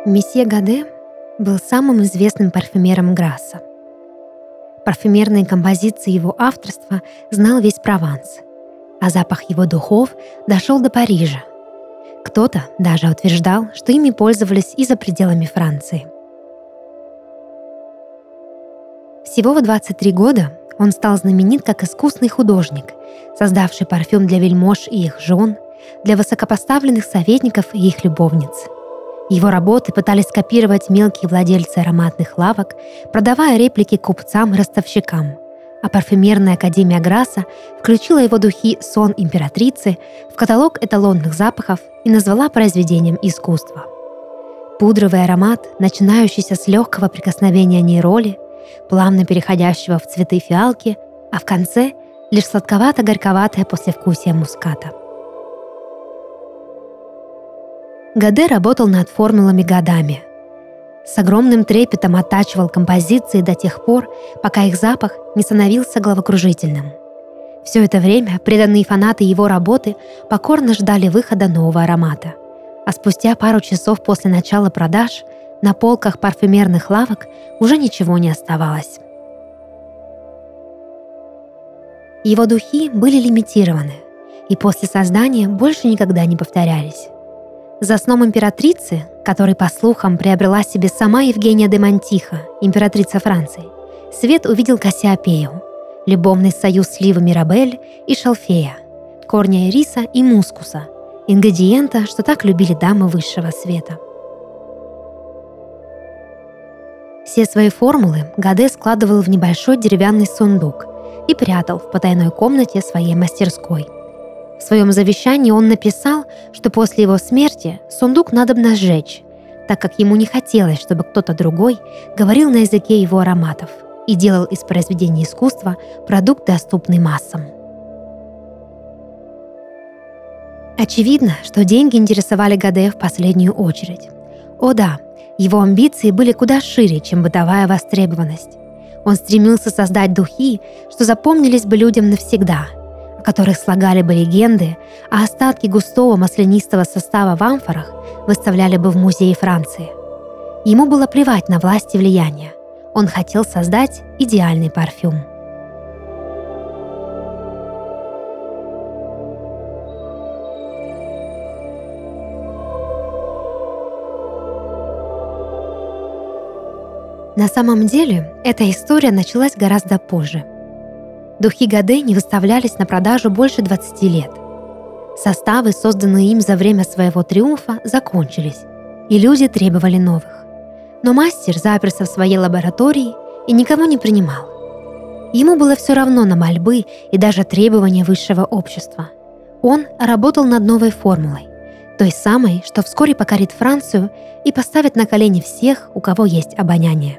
Месье Гаде был самым известным парфюмером Грасса. Парфюмерные композиции его авторства знал весь Прованс, а запах его духов дошел до Парижа. Кто-то даже утверждал, что ими пользовались и за пределами Франции. Всего в 23 года он стал знаменит как искусный художник, создавший парфюм для вельмож и их жен, для высокопоставленных советников и их любовниц. Его работы пытались скопировать мелкие владельцы ароматных лавок, продавая реплики купцам и ростовщикам, а парфюмерная академия Грасса включила его духи «Сон императрицы» в каталог эталонных запахов и назвала произведением искусства. Пудровый аромат, начинающийся с легкого прикосновения нейроли, плавно переходящего в цветы фиалки, а в конце лишь сладковато-горьковатое послевкусие муската. Гаде работал над формулами годами. С огромным трепетом оттачивал композиции до тех пор, пока их запах не становился головокружительным. Все это время преданные фанаты его работы покорно ждали выхода нового аромата. А спустя пару часов после начала продаж на полках парфюмерных лавок уже ничего не оставалось. Его духи были лимитированы и после создания больше никогда не повторялись. За «Сном императрицы», который, по слухам, приобрела себе сама Евгения де Монтихо, императрица Франции, свет увидел Кассиопею, любовный союз сливы Мирабель и шалфея, корня ириса и мускуса, ингредиента, что так любили дамы высшего света. Все свои формулы Гаде складывал в небольшой деревянный сундук и прятал в потайной комнате своей мастерской. В своем завещании он написал, что после его смерти сундук надобно сжечь, так как ему не хотелось, чтобы кто-то другой говорил на языке его ароматов и делал из произведения искусства продукт, доступный массам. Очевидно, что деньги интересовали Гаде в последнюю очередь. О да, его амбиции были куда шире, чем бытовая востребованность. Он стремился создать духи, что запомнились бы людям навсегда, о которых слагали бы легенды, а остатки густого маслянистого состава в амфорах выставляли бы в музее Франции. Ему было плевать на власть и влияние. Он хотел создать идеальный парфюм. На самом деле, эта история началась гораздо позже. Духи Гаде не выставлялись на продажу больше 20 лет. Составы, созданные им за время своего триумфа, закончились, и люди требовали новых. Но мастер заперся в своей лаборатории и никого не принимал. Ему было все равно на мольбы и даже требования высшего общества. Он работал над новой формулой, той самой, что вскоре покорит Францию и поставит на колени всех, у кого есть обоняние.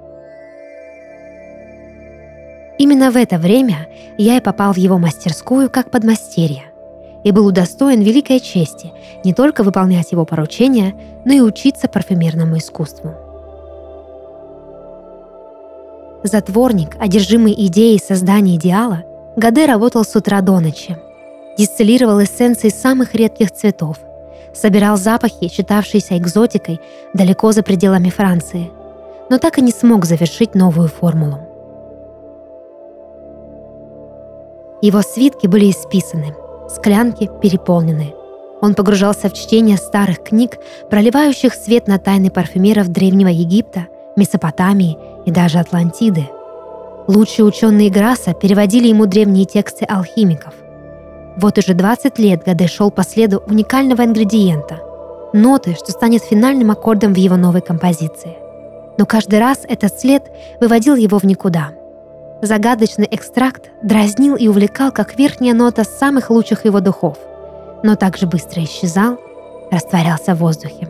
Именно в это время я и попал в его мастерскую как подмастерье и был удостоен великой чести не только выполнять его поручения, но и учиться парфюмерному искусству. Затворник, одержимый идеей создания идеала, Гаде работал с утра до ночи, дистиллировал эссенции самых редких цветов, собирал запахи, считавшиеся экзотикой далеко за пределами Франции, но так и не смог завершить новую формулу. Его свитки были исписаны, склянки переполнены. Он погружался в чтение старых книг, проливающих свет на тайны парфюмеров Древнего Египта, Месопотамии и даже Атлантиды. Лучшие ученые Грасса переводили ему древние тексты алхимиков. Вот уже 20 лет Гаде шел по следу уникального ингредиента – ноты, что станет финальным аккордом в его новой композиции. Но каждый раз этот след выводил его в никуда. Загадочный экстракт дразнил и увлекал, как верхняя нота самых лучших его духов, но также быстро исчезал, растворялся в воздухе.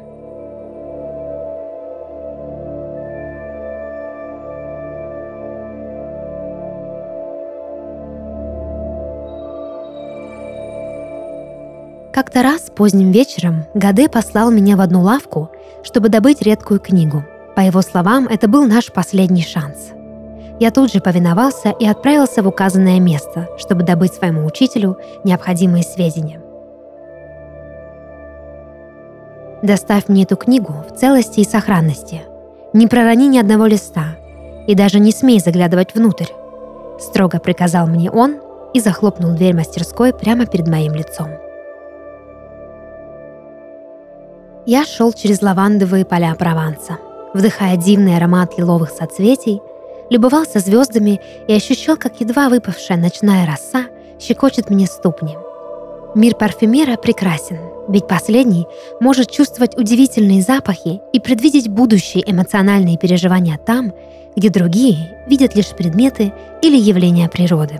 Как-то раз поздним вечером Гаде послал меня в одну лавку, чтобы добыть редкую книгу. По его словам, это был наш последний шанс. Я тут же повиновался и отправился в указанное место, чтобы добыть своему учителю необходимые сведения. «Доставь мне эту книгу в целости и сохранности. Не пророни ни одного листа и даже не смей заглядывать внутрь», — строго приказал мне он и захлопнул дверь мастерской прямо перед моим лицом. Я шел через лавандовые поля Прованса, вдыхая дивный аромат лиловых соцветий, любовался звездами и ощущал, как едва выпавшая ночная роса щекочет мне ступни. Мир парфюмера прекрасен, ведь последний может чувствовать удивительные запахи и предвидеть будущие эмоциональные переживания там, где другие видят лишь предметы или явления природы.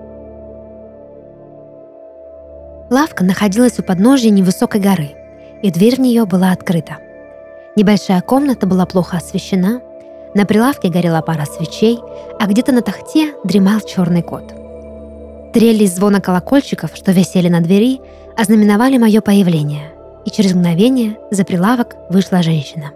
Лавка находилась у подножия невысокой горы, и дверь в нее была открыта. Небольшая комната была плохо освещена, на прилавке горела пара свечей, а где-то на тахте дремал черный кот. Трели и звона колокольчиков, что висели на двери, ознаменовали мое появление, и через мгновение за прилавок вышла женщина.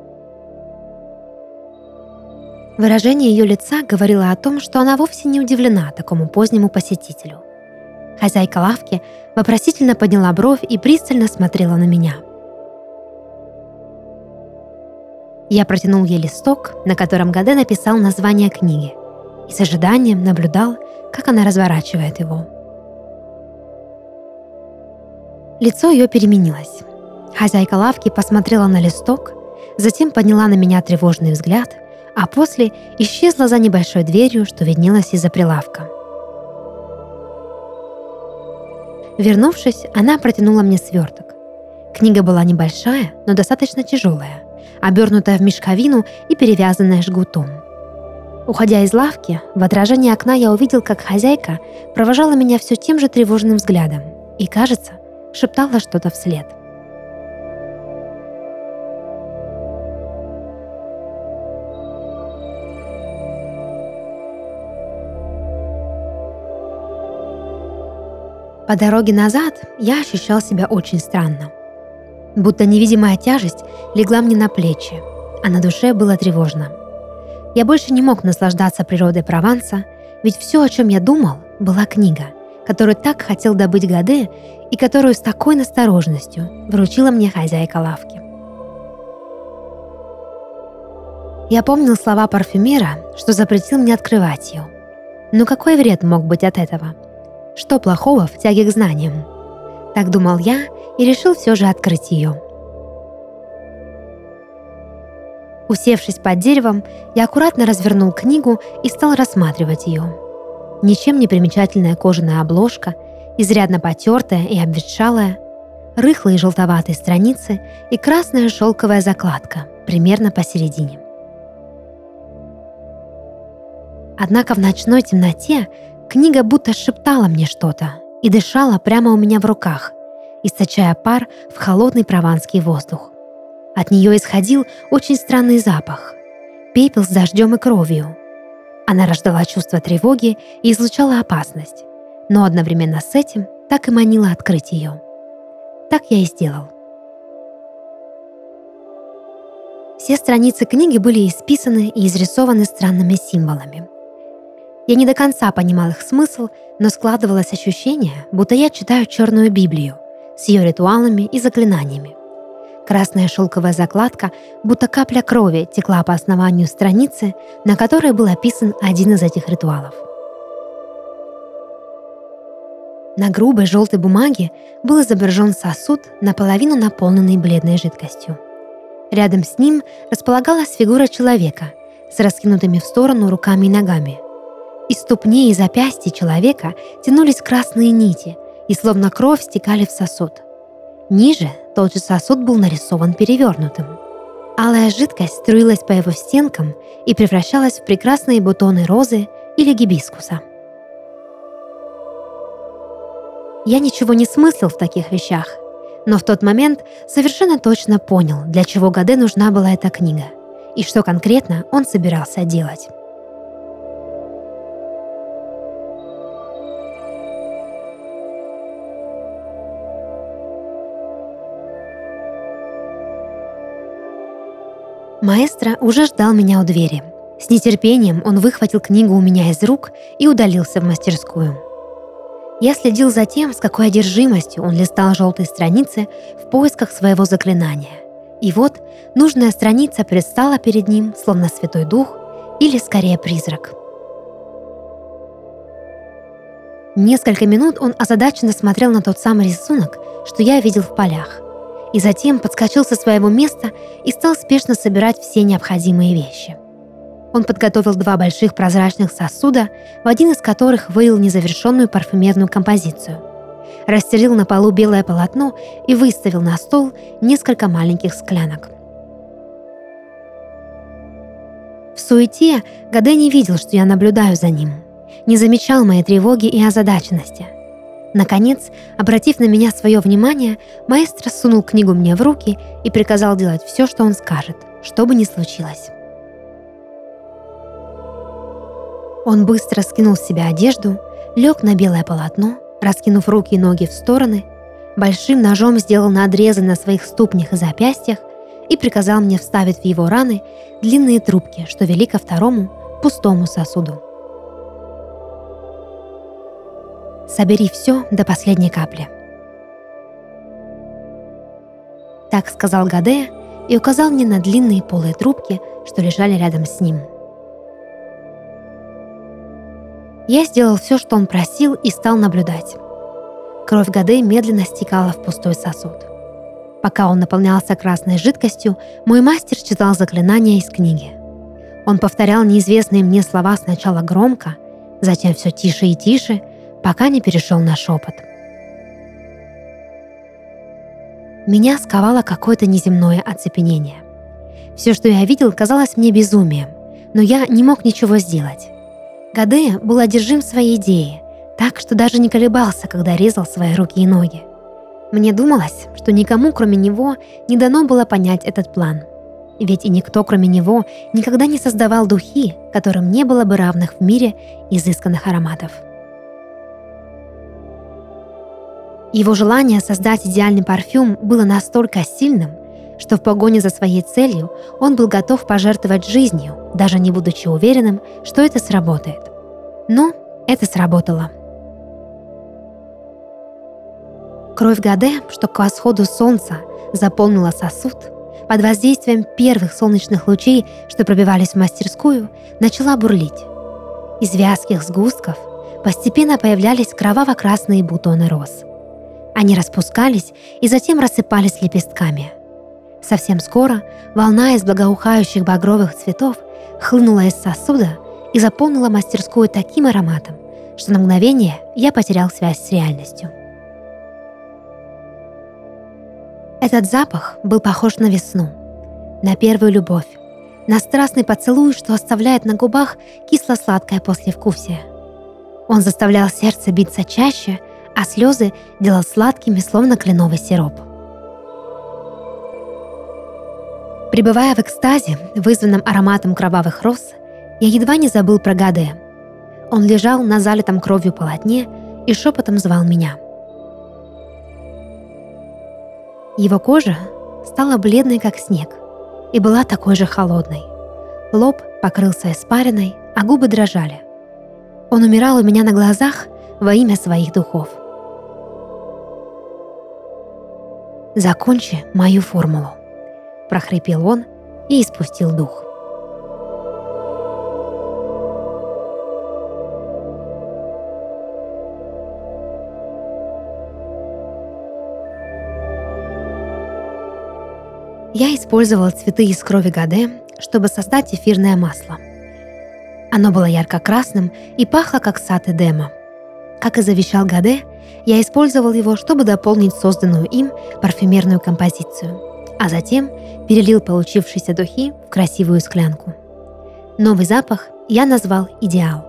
Выражение ее лица говорило о том, что она вовсе не удивлена такому позднему посетителю. Хозяйка лавки вопросительно подняла бровь и пристально смотрела на меня. Я протянул ей листок, на котором Гаде написал название книги, и с ожиданием наблюдал, как она разворачивает его. Лицо ее переменилось. Хозяйка лавки посмотрела на листок, затем подняла на меня тревожный взгляд, а после исчезла за небольшой дверью, что виднелась из-за прилавка. Вернувшись, она протянула мне сверток. Книга была небольшая, но достаточно тяжелая, обернутая в мешковину и перевязанная жгутом. Уходя из лавки, в отражении окна я увидел, как хозяйка провожала меня все тем же тревожным взглядом и, кажется, шептала что-то вслед. По дороге назад я ощущал себя очень странно. Будто невидимая тяжесть легла мне на плечи, а на душе было тревожно. Я больше не мог наслаждаться природой Прованса, ведь все, о чем я думал, была книга, которую так хотел добыть Гаде и которую с такой настороженностью вручила мне хозяйка лавки. Я помнил слова парфюмера, что запретил мне открывать ее. Но какой вред мог быть от этого? Что плохого в тяге к знаниям? Так думал я и решил все же открыть ее. Усевшись под деревом, я аккуратно развернул книгу и стал рассматривать ее. Ничем не примечательная кожаная обложка, изрядно потертая и обветшалая, рыхлые желтоватые страницы и красная шелковая закладка примерно посередине. Однако в ночной темноте книга будто шептала мне что-то и дышала прямо у меня в руках, источая пар в холодный прованский воздух. От нее исходил очень странный запах — пепел с дождем и кровью. Она рождала чувство тревоги и излучала опасность, но одновременно с этим так и манила открыть ее. Так я и сделал. Все страницы книги были исписаны и изрисованы странными символами. Я не до конца понимал их смысл, но складывалось ощущение, будто я читаю черную Библию с ее ритуалами и заклинаниями. Красная шелковая закладка, будто капля крови, текла по основанию страницы, на которой был описан один из этих ритуалов. На грубой желтой бумаге был изображен сосуд, наполовину наполненный бледной жидкостью. Рядом с ним располагалась фигура человека с раскинутыми в сторону руками и ногами. Из ступней и запястья человека тянулись красные нити и словно кровь стекали в сосуд. Ниже тот же сосуд был нарисован перевернутым. Алая жидкость струилась по его стенкам и превращалась в прекрасные бутоны розы или гибискуса. Я ничего не смыслил в таких вещах, но в тот момент совершенно точно понял, для чего Гаде нужна была эта книга и что конкретно он собирался делать. Маэстро уже ждал меня у двери. С нетерпением он выхватил книгу у меня из рук и удалился в мастерскую. Я следил за тем, с какой одержимостью он листал желтые страницы в поисках своего заклинания. И вот нужная страница предстала перед ним, словно Святой Дух или, скорее, призрак. Несколько минут он озадаченно смотрел на тот самый рисунок, что я видел в полях, и затем подскочил со своего места и стал спешно собирать все необходимые вещи. Он подготовил 2 больших прозрачных сосуда, в один из которых вылил незавершенную парфюмерную композицию. Расстелил на полу белое полотно и выставил на стол несколько маленьких склянок. В суете Гаде не видел, что я наблюдаю за ним, не замечал моей тревоги и озадаченности. Наконец, обратив на меня свое внимание, маэстро сунул книгу мне в руки и приказал делать все, что он скажет, что бы ни случилось. Он быстро скинул с себя одежду, лег на белое полотно, раскинув руки и ноги в стороны, большим ножом сделал надрезы на своих ступнях и запястьях и приказал мне вставить в его раны длинные трубки, что вели ко второму, пустому сосуду. «Собери все до последней капли». Так сказал Гаде и указал мне на длинные полые трубки, что лежали рядом с ним. Я сделал все, что он просил, и стал наблюдать. Кровь Гаде медленно стекала в пустой сосуд. Пока он наполнялся красной жидкостью, мой мастер читал заклинания из книги. Он повторял неизвестные мне слова сначала громко, затем все тише и тише, пока не перешел на шепот. Меня сковало какое-то неземное оцепенение. Все, что я видел, казалось мне безумием, но я не мог ничего сделать. Гаде был одержим своей идеей, так что даже не колебался, когда резал свои руки и ноги. Мне думалось, что никому, кроме него, не дано было понять этот план. Ведь и никто, кроме него, никогда не создавал духи, которым не было бы равных в мире изысканных ароматов. Его желание создать идеальный парфюм было настолько сильным, что в погоне за своей целью он был готов пожертвовать жизнью, даже не будучи уверенным, что это сработает. Но это сработало. Кровь Гаде, что к восходу солнца заполнила сосуд, под воздействием первых солнечных лучей, что пробивались в мастерскую, начала бурлить. Из вязких сгустков постепенно появлялись кроваво-красные бутоны роз. Они распускались и затем рассыпались лепестками. Совсем скоро волна из благоухающих багровых цветов хлынула из сосуда и заполнила мастерскую таким ароматом, что на мгновение я потерял связь с реальностью. Этот запах был похож на весну, на первую любовь, на страстный поцелуй, что оставляет на губах кисло-сладкое послевкусие. Он заставлял сердце биться чаще, а слезы делал сладкими, словно кленовый сироп. Пребывая в экстазе, вызванном ароматом кровавых роз, я едва не забыл про Гаде. Он лежал на залитом кровью полотне и шепотом звал меня. Его кожа стала бледной, как снег, и была такой же холодной. Лоб покрылся испариной, а губы дрожали. Он умирал у меня на глазах во имя своих духов. «Закончи мою формулу», — прохрипел он и испустил дух. Я использовал цветы из крови Гаде, чтобы создать эфирное масло. Оно было ярко-красным и пахло, как сад Эдема. Как и завещал Гаде, я использовал его, чтобы дополнить созданную им парфюмерную композицию, а затем перелил получившиеся духи в красивую склянку. Новый запах я назвал «Идеал».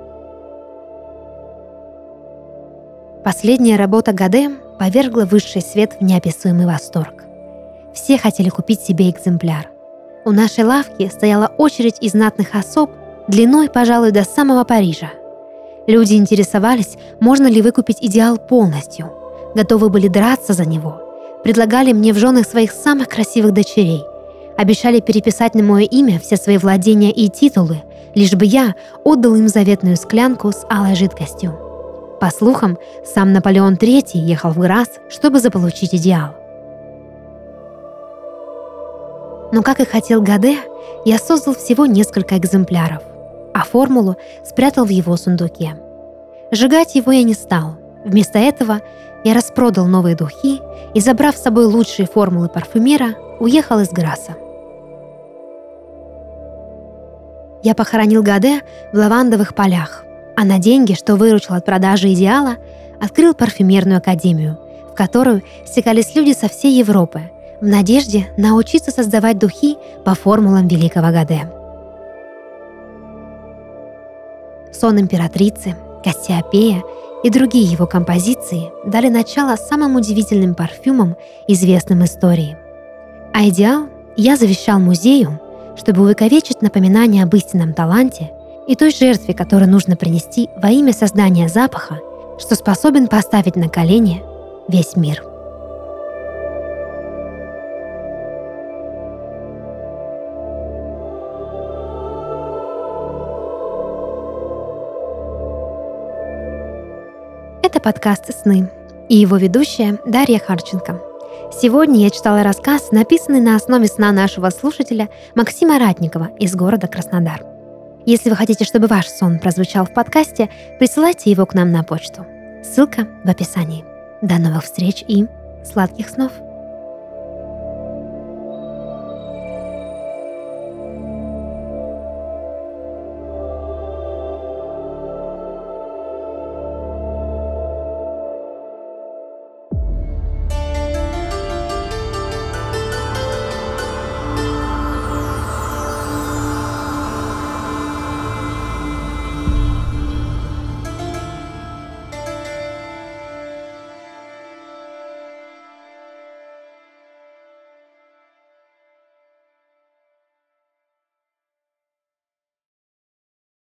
Последняя работа Гаде повергла высший свет в неописуемый восторг. Все хотели купить себе экземпляр. У нашей лавки стояла очередь из знатных особ длиной, пожалуй, до самого Парижа. Люди интересовались, можно ли выкупить «Идеал» полностью, готовы были драться за него, предлагали мне в жены своих самых красивых дочерей, обещали переписать на мое имя все свои владения и титулы, лишь бы я отдал им заветную склянку с алой жидкостью. По слухам, сам Наполеон III ехал в Грасс, чтобы заполучить идеал. Но, как и хотел Годе, я создал всего несколько экземпляров, а формулу спрятал в его сундуке. Сжигать его я не стал. Вместо этого я распродал новые духи и, забрав с собой лучшие формулы парфюмера, уехал из Грасса. Я похоронил Годе в лавандовых полях, а на деньги, что выручил от продажи идеала, открыл парфюмерную академию, в которую стекались люди со всей Европы, в надежде научиться создавать духи по формулам великого Годе. «Сон императрицы», «Кассиопея» и другие его композиции дали начало самым удивительным парфюмам, известным истории. А идеал я завещал музею, чтобы увековечить напоминание об истинном таланте и той жертве, которую нужно принести во имя создания запаха, что способен поставить на колени весь мир. Это подкаст «Сны» и его ведущая Дарья Харченко. Сегодня я читала рассказ, написанный на основе сна нашего слушателя Максима Ратникова из города Краснодар. Если вы хотите, чтобы ваш сон прозвучал в подкасте, присылайте его к нам на почту. Ссылка в описании. До новых встреч и сладких снов!